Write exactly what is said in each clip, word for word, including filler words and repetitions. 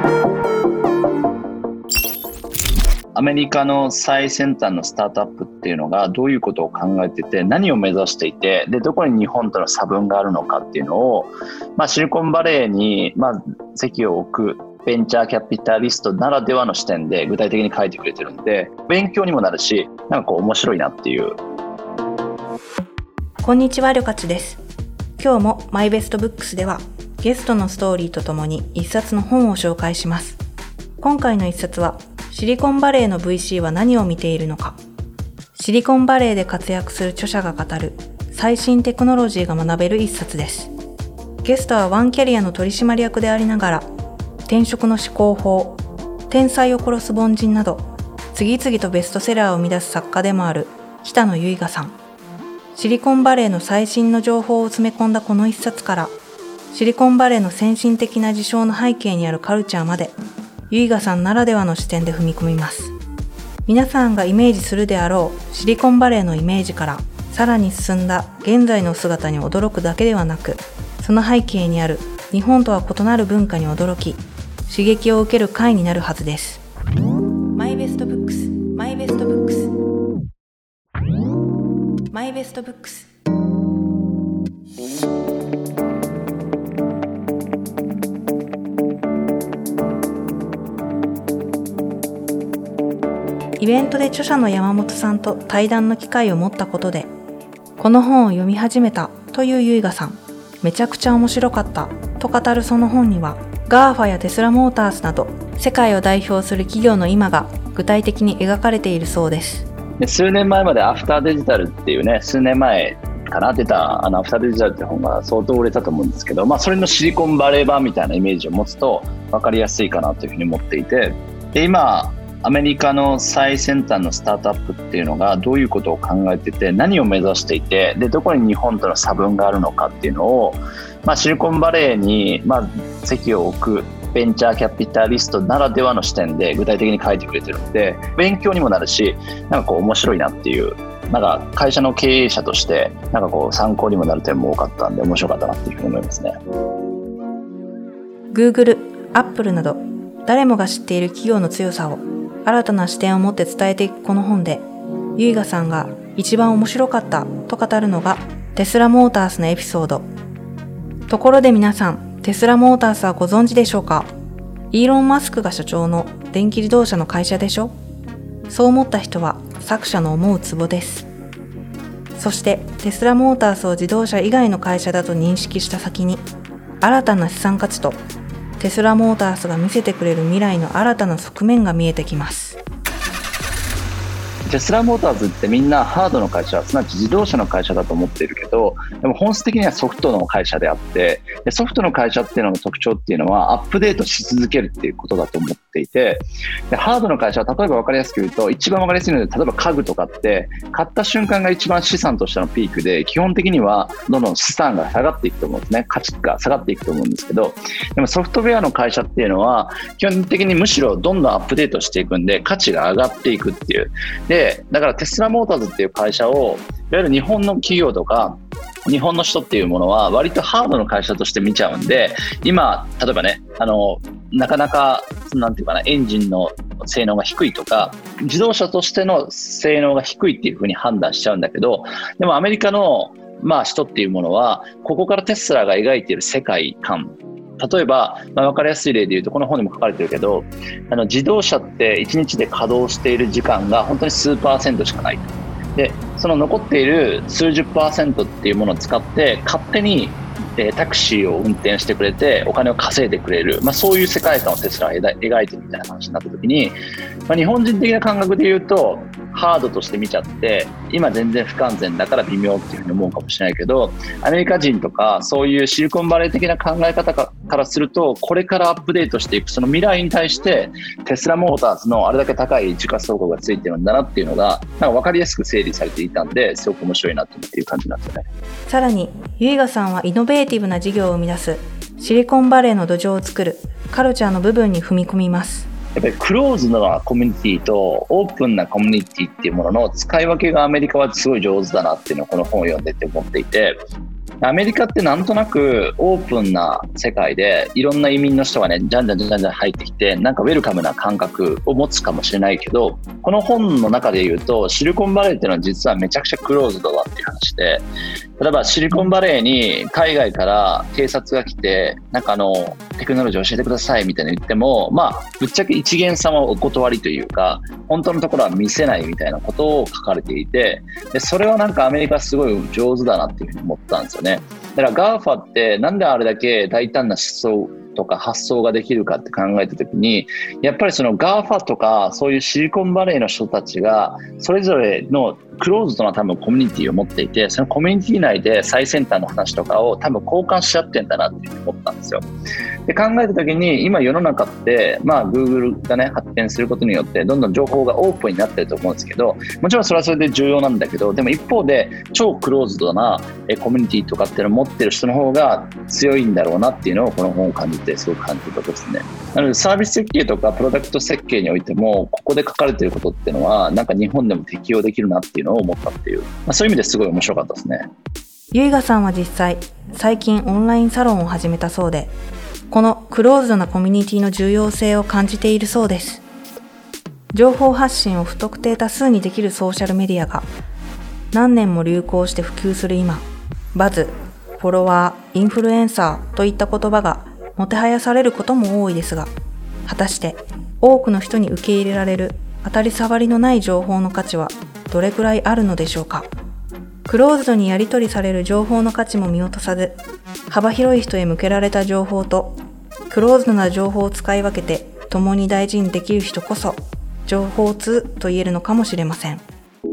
アメリカの最先端のスタートアップっていうのがどういうことを考えてて、何を目指していて、でどこに日本との差分があるのかっていうのを、まあ、シリコンバレーに、まあ、席を置くベンチャーキャピタリストならではの視点で具体的に書いてくれてるんで、勉強にもなるし、なんかこう面白いなっていう。 こんにちは、りょかちです。今日もマイベストブックスではゲストのストーリーとともに一冊の本を紹介します。今回の一冊はシリコンバレーの ブイシー は何を見ているのか。シリコンバレーで活躍する著者が語る最新テクノロジーが学べる一冊です。ゲストはワンキャリアの取締役でありながら、転職の思考法、天才を殺す凡人など、次々とベストセラーを生み出す作家でもある北野由賀さん。シリコンバレーの最新の情報を詰め込んだこの一冊から、シリコンバレーの先進的な事象の背景にあるカルチャーまで、由賀さんならではの視点で踏み込みます。皆さんがイメージするであろうシリコンバレーのイメージからさらに進んだ現在の姿に驚くだけではなく、その背景にある日本とは異なる文化に驚き、刺激を受ける回になるはずです。マイベストブックス、マイベストブックス、マイベストブックス。イベントで著者の山本さんと対談の機会を持ったことで、この本を読み始めたという由賀さん。めちゃくちゃ面白かったと語るその本には、ガーファ やテスラモータースなど世界を代表する企業の今が具体的に描かれているそうです。 で数年前までアフターデジタルっていうね、数年前かな出たあのアフターデジタルって本が相当売れたと思うんですけど、まあ、それのシリコンバレー版みたいなイメージを持つと分かりやすいかなというふうに思っていて、で今アメリカの最先端のスタートアップっていうのがどういうことを考えてて、何を目指していて、でどこに日本との差分があるのかっていうのを、まあ、シリコンバレーに、まあ、席を置くベンチャーキャピタリストならではの視点で具体的に書いてくれてるので、勉強にもなるし、なんかこう面白いなっていう、なんか会社の経営者としてなんかこう参考にもなる点も多かったんで面白かったなっていうふうに思いますね。 Google、Apple など誰もが知っている企業の強さを新たな視点を持って伝えていくこの本で、由賀さんが一番面白かったと語るのがテスラモータースのエピソード。ところで皆さん、テスラモータースはご存知でしょうか？イーロン・マスクが所長の電気自動車の会社でしょ？そう思った人は作者の思うツボです。そしてテスラモータースを自動車以外の会社だと認識した先に、新たな資産価値とテスラモータースが見せてくれる未来の新たな側面が見えてきます。 テスラモーターズってみんなハードの会社、すなわち自動車の会社だと思っているけど、でも本質的にはソフトの会社であって、でソフトの会社っていうのの特徴っていうのはアップデートし続けるっていうことだと思っていて、でハードの会社は例えば分かりやすく言うと、一番分かりやすいので、例えば家具とかって買った瞬間が一番資産としてのピークで、基本的にはどんどん資産が下がっていくと思うんですね。価値が下がっていくと思うんですけど、でもソフトウェアの会社っていうのは基本的にむしろどんどんアップデートしていくんで、価値が上がっていくっていう。でだからテスラモーターズっていう会社をいわゆる日本の企業とか日本の人っていうものは割とハードの会社として見ちゃうんで、今例えばね、あのなかなかなんていうかな、エンジンの性能が低いとか自動車としての性能が低いっていうふうに判断しちゃうんだけど、でもアメリカのまあ人っていうものはここからテスラが描いている世界観、例えば、まあ、分かりやすい例で言うと、この本にも書かれてるけど、あの自動車っていちにちで稼働している時間が本当に数パーセントしかない。で、その残っている数十パーセントっていうものを使って勝手にえー、タクシーを運転してくれてお金を稼いでくれる、まあ、そういう世界観をテスラは描いてるみたいな話になった時に、まあ、日本人的な感覚で言うとハードとして見ちゃって今全然不完全だから微妙っていうふうに思うかもしれないけど、アメリカ人とかそういうシリコンバレー的な考え方からするとこれからアップデートしていくその未来に対してテスラモーターズのあれだけ高い時価総額がついてるんだなっていうのがなんか分かりやすく整理されていたんですごく面白いなっていう感じなんですよね。 さらに由賀さんはイノベーティブな事業を生み出すシリコンバレーの土壌を作るカルチャーの部分に踏み込みます。 やっぱりクローズなコミュニティとオープンなコミュニティっていうものの使い分けがアメリカはすごい上手だなっていうのをこの本を読んでて思っていて、 アメリカってなんとなくオープンな世界でいろんな移民の人がね、じゃんじゃんじゃんじゃん入ってきて、なんかウェルカムな感覚を持つかもしれないけど、この本の中で言うと、シリコンバレーっていうのは実はめちゃくちゃクローズドだっていう話で、例えばシリコンバレーに海外から警察が来て、なんかあの、テクノロジー教えてくださいみたいな言っても、まあ、ぶっちゃけ一元さんはお断りというか、本当のところは見せないみたいなことを書かれていて、で、それはなんかアメリカすごい上手だなっていうふうに思ったんですよね。だから ガーファ ってなんであれだけ大胆な思想とか発想ができるかって考えたときに、やっぱりその ガーファ とかそういうシリコンバレーの人たちがそれぞれのクローズドな多分コミュニティを持っていて、そのコミュニティ内で最先端の話とかを多分交換し合ってんだなっていうふうに思ったんですよ。で、考えたときに今世の中ってまあ Google がね発展することによってどんどん情報がオープンになってると思うんですけど、もちろんそれはそれで重要なんだけど、でも一方で超クローズドなコミュニティとかっていうのを持ってる人の方が強いんだろうなっていうのをこの本を感じてすごく感じたことですね。なのでサービス設計とかプロダクト設計においてもここで書かれていることっていうのはなんか日本でも適用できるなっていうのを思ったっていう、まあ、そういう意味ですごい面白かったですね。 ゆいがさんは実際最近オンラインサロンを始めたそうで、このクローズドなコミュニティの重要性を感じているそうです。情報発信を不特定多数にできるソーシャルメディアが何年も流行して普及する今、バズ、フォロワー、インフルエンサーといった言葉がもてはやされることも多いですが、果たして多くの人に受け入れられる当たり障りのない情報の価値はどれくらいあるのでしょうか。クローズドにやり取りされる情報の価値も見落とさず、幅広い人へ向けられた情報とクローズドな情報を使い分けて共に大事にできる人こそ情報通と言えるのかもしれません。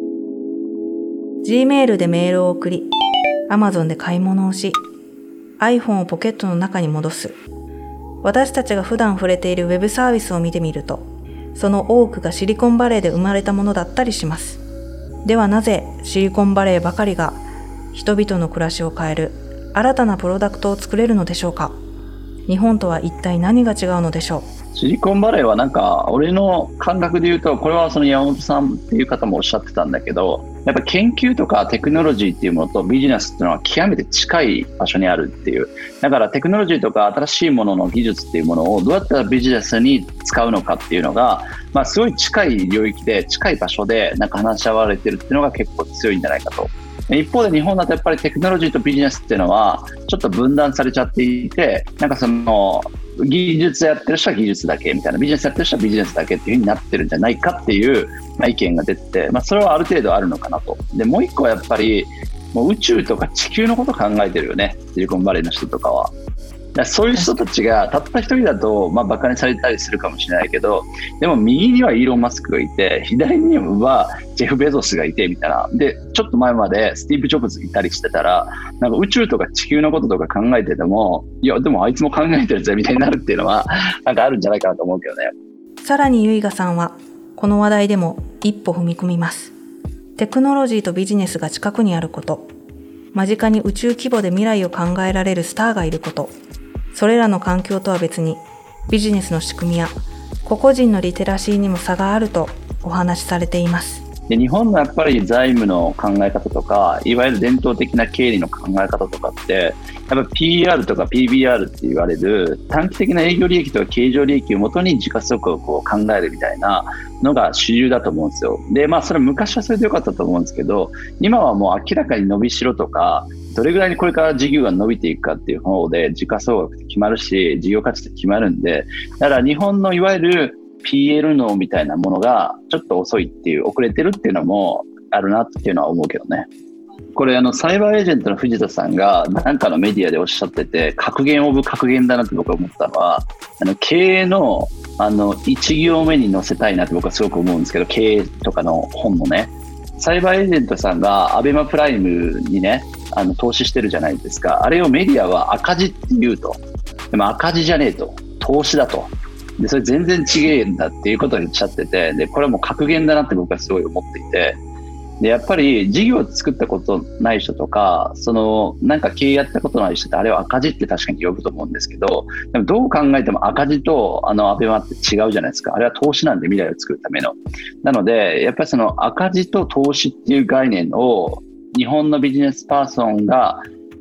Gmail でメールを送り、 Amazon で買い物をし、 iPhone をポケットの中に戻す。私たちが普段触れているウェブサービスを見てみると、その多くがシリコンバレーで生まれたものだったりします。ではなぜシリコンバレーばかりが人々の暮らしを変える新たなプロダクトを作れるのでしょうか。日本とは一体何が違うのでしょう。 シリコンバレーはなんか俺の感覚で言うと、これはその山本さんっていう方もおっしゃってたんだけど、やっぱ研究とかテクノロジーっていうものとビジネスっていうのは極めて近い場所にあるっていう。だからテクノロジーとか新しいものの技術っていうものをどうやったらビジネスに使うのかっていうのが、まあすごい近い領域で近い場所でなんか話し合われてるっていうのが結構強いんじゃないかと。一方で日本だとやっぱりテクノロジーとビジネスっていうのはちょっと分断されちゃっていて、なんかその技術やってる人は技術だけみたいな、ビジネスやってる人はビジネスだけっていう風になってるんじゃないかっていう、まあ、意見が出て、まあ、それはある程度あるのかなと。で、もう一個はやっぱりもう宇宙とか地球のこと考えてるよね、シリコンバレーの人とかは。だからそういう人たちがたった一人だとまあバカにされたりするかもしれないけど、でも右にはイーロン・マスクがいて、左にはジェフ・ベゾスがいてみたいな。で、ちょっと前までスティーブ・ジョブズいたりしてたら、なんか宇宙とか地球のこととか考えてても、いやでもあいつも考えてるぜみたいになるっていうのはなんかあるんじゃないかなと思うけどね。 さらにゆいがさんはこの話題でも一歩踏み込みます。テクノロジーとビジネスが近くにあること、間近に宇宙規模で未来を考えられるスターがいること、それらの環境とは別にビジネスの仕組みや個々人のリテラシーにも差があるとお話しされています。 で、日本のやっぱり財務の考え方とか、いわゆる伝統的な経理の考え方とかって、やっぱ ピーアール とか ピービーアール って言われる短期的な営業利益とか経常利益をもとに時価総額を考えるみたいなのが主流だと思うんですよ。で、まあそれ昔はそれでよかったと思うんですけど、今はもう明らかに伸びしろとか、どれぐらいにこれから事業が伸びていくかっていう方で時価総額って決まるし、事業価値って決まるんで、だから日本のいわゆる ピーエル のみたいなものがちょっと遅いっていう、遅れてるっていうのもあるなっていうのは思うけどね。これあのサイバーエージェントの藤田さんが何かのメディアでおっしゃってて、格言オブ格言だなって僕は思ったのは、あの経営のあのいち行目に載せたいなって僕はすごく思うんですけど、経営とかの本のね、サイバーエージェントさんがアベマプライムにね、あの投資してるじゃないですか。あれをメディアは赤字って言うと。でも赤字じゃねえと。投資だと。で、それ全然違えんだっていうことを言っちゃってて、で、これはもう格言だなって僕はすごい思っていて、で、やっぱり事業を作ったことない人とか、その、なんか経営やったことない人ってあれは赤字って確かに呼ぶと思うんですけど、でもどう考えても赤字とあのアベマって違うじゃないですか。あれは投資なんで未来を作るための。なので、やっぱりその赤字と投資っていう概念を日本のビジネスパーソンが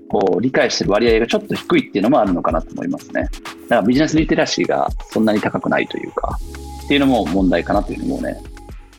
を理解している割合がちょっと低いっていうのもあるのかなと思いますね。だからビジネスリテラシーがそんなに高くないというかっていうのも問題かなというふうに思うね。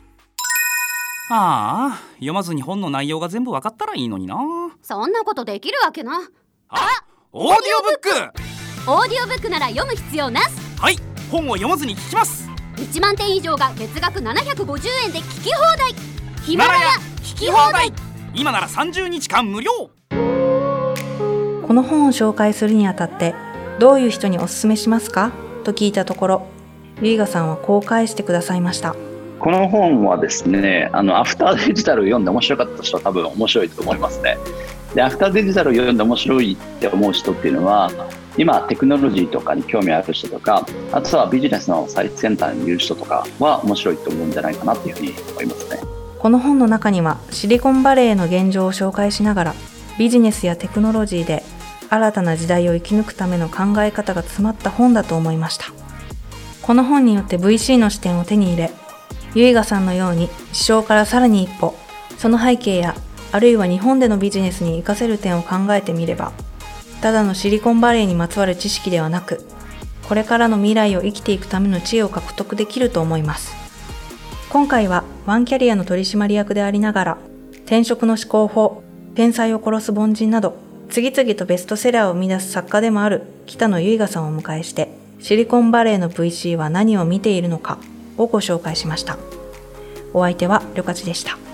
ああ、読まずに本の内容が全部分かったらいいのにな。 そんなことできるわけな。 あ、オーディオブック。 オーディオブックなら読む必要なし。 はい、本を読まずに聞きます。 いちまんてん以上が月額ななひゃくごじゅうえんで聞き放題。 ヒマラヤ聞き放題。今ならさんじゅうにちかん無料。 この本を紹介するにあたってどういう人にお勧めしますかと聞いたところ、ゆいがさんはこう返してくださいました。 この本はですね、あのアフターデジタルを読んで面白かった人は多分面白いと思いますね。で、アフターデジタルを読んで面白いって思う人っていうのは、今テクノロジーとかに興味ある人とか、あとはビジネスの最先端にいる人とかは面白いと思うんじゃないかなっていうふうに思いますね。 この本の中にはシリコンバレーの現状を紹介しながら、ビジネスやテクノロジーで新たな時代を生き抜くための考え方が詰まった本だと思いました。この本によって ブイシー の視点を手に入れ、ゆいがさんのように支障からさらに一歩、その背景やあるいは日本でのビジネスに活かせる点を考えてみれば、ただのシリコンバレーにまつわる知識ではなく、これからの未来を生きていくための知恵を獲得できると思います。今回はワンキャリアの取締役でありながら、転職の思考法、天才を殺す凡人など、次々とベストセラーを生み出す作家でもある北野由依さんをお迎えして、シリコンバレーの ブイシー は何を見ているのかをご紹介しました。お相手はりょかちでした。